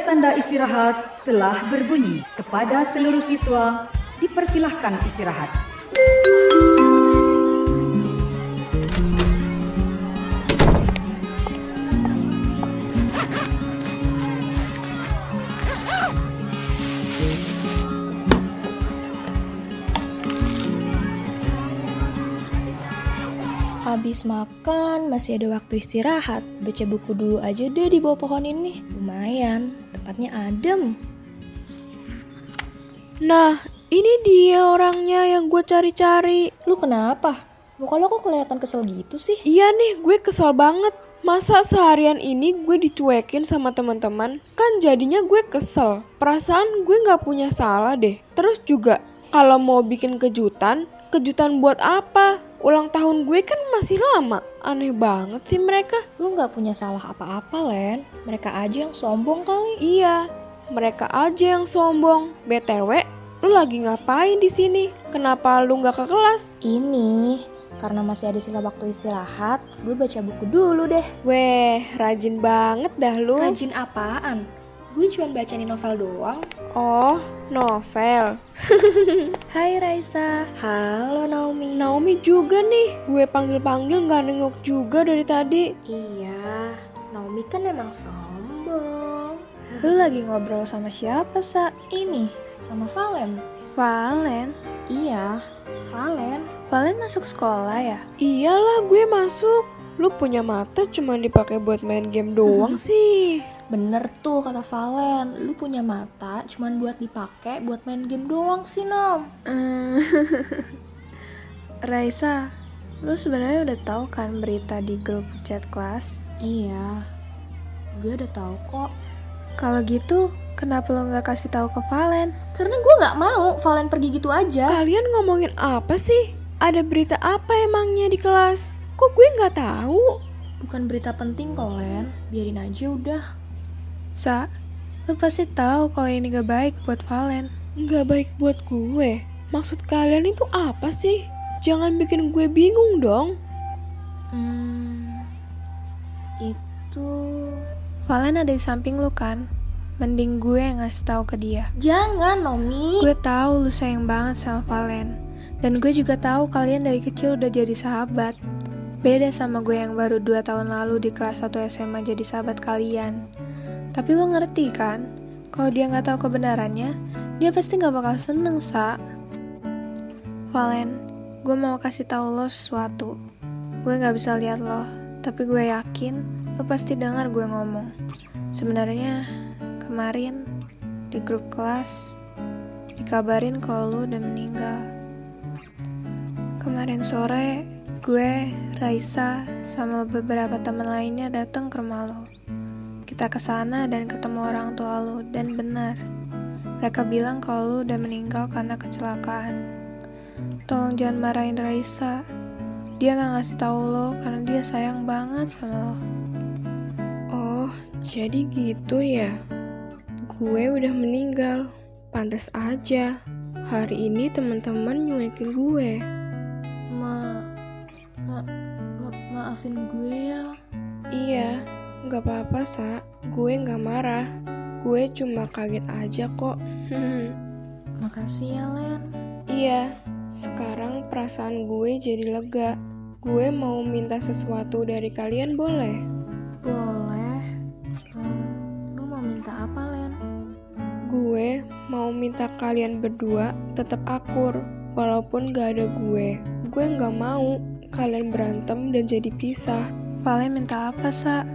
tanda istirahat telah berbunyi. Kepada seluruh siswa, dipersilahkan istirahat. Habis makan, masih ada waktu istirahat. Baca buku dulu aja deh di bawah pohon ini. Lumayan, tempatnya adem. Nah, ini dia orangnya yang gue cari-cari. Lu kenapa? Muka lo kok kelihatan kesel gitu sih? Iya nih, gue kesel banget. Masa seharian ini gue dicuekin sama teman-teman? Kan jadinya gue kesel. Perasaan gue gak punya salah deh. Terus juga, kalau mau bikin kejutan buat apa? Ulang tahun gue kan masih lama. Aneh banget sih mereka. Lu gak punya salah apa-apa, Len. Mereka aja yang sombong kali. Iya, mereka aja yang sombong. BTW, lu lagi ngapain di sini? Kenapa lu gak ke kelas? Ini, karena masih ada sisa waktu istirahat, gue baca buku dulu deh. Weh, rajin banget dah lu. Rajin apaan? Gue cuma bacain novel doang. Oh, novel. Hai Raisa. Halo Naomi. Naomi juga nih. Gue panggil-panggil gak nengok juga dari tadi. Iya, Naomi kan emang sombong. Lu lagi ngobrol sama siapa, Sa? Ini, sama Valen. Valen? Iya, Valen. Valen masuk sekolah ya? Iyalah gue masuk. Lu punya mata cuma dipakai buat main game doang sih. Bener tuh kata Valen, lu punya mata cuman buat dipakai buat main game doang sih, Nom. Raisa, lu sebenarnya udah tahu kan berita di grup chat kelas? Iya, gue udah tahu kok. Kalau gitu, kenapa lu nggak kasih tahu ke Valen? Karena gue nggak mau Valen pergi gitu aja. Kalian ngomongin apa sih? Ada berita apa emangnya di kelas? Kok gue nggak tahu? Bukan berita penting kok, Len. Biarin aja udah. Sa, lu pasti tahu kalau ini gak baik buat Valen. Nggak baik buat gue. Maksud kalian itu apa sih? Jangan bikin gue bingung dong. Itu... Valen ada di samping lu kan? Mending gue yang ngasih tahu ke dia. Jangan, Nomi. Gue tahu lu sayang banget sama Valen. Dan gue juga tahu kalian dari kecil udah jadi sahabat. Beda sama gue yang baru 2 tahun lalu di kelas 1 SMA jadi sahabat kalian. Tapi lo ngerti kan, kalau dia gak tahu kebenarannya, dia pasti gak bakal seneng, Sa. Valen, gue mau kasih tahu lo sesuatu. Gue gak bisa lihat lo, tapi gue yakin lo pasti dengar gue ngomong. Sebenarnya, kemarin di grup kelas, dikabarin kalau lo udah meninggal. Kemarin sore, gue, Raisa, sama beberapa teman lainnya datang ke rumah lo. Kita kesana dan ketemu orang tua lo, dan benar. Mereka bilang kalau lo udah meninggal karena kecelakaan. Tolong jangan marahin Raisa. Dia gak ngasih tahu lo karena dia sayang banget sama lo. Oh, jadi gitu ya. Gue udah meninggal. Pantas aja. Hari ini teman-teman nyuekin gue. Maafin gue ya. Iya, gak apa-apa, Sa. Gue gak marah. Gue cuma kaget aja kok. Makasih ya, Len. Iya, sekarang perasaan gue jadi lega. Gue mau minta sesuatu dari kalian boleh? Boleh. Lu mau minta apa, Len? Gue mau minta kalian berdua tetap akur. Walaupun gak ada gue gak mau kalian berantem dan jadi pisah. Valen minta apa, Sa?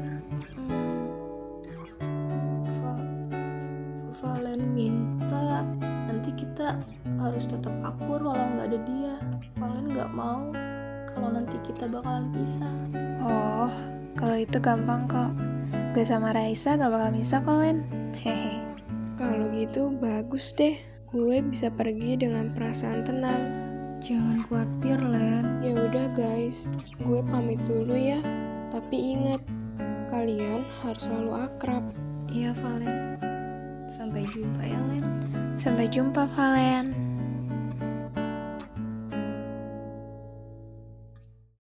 Valen minta nanti kita harus tetap akur walau nggak ada dia. Valen nggak mau kalau nanti kita bakalan pisah. Oh, kalau itu gampang kok. Gue sama Raisa gak bakal bisa kok, Len. Hehe. Kalau gitu bagus deh. Gue bisa pergi dengan perasaan tenang. Jangan khawatir, Len. Ya udah guys, gue pamit dulu ya. Tapi ingat, kalian harus selalu akrab. Iya, Valen. Sampai jumpa ya, Len. Sampai jumpa, Valen.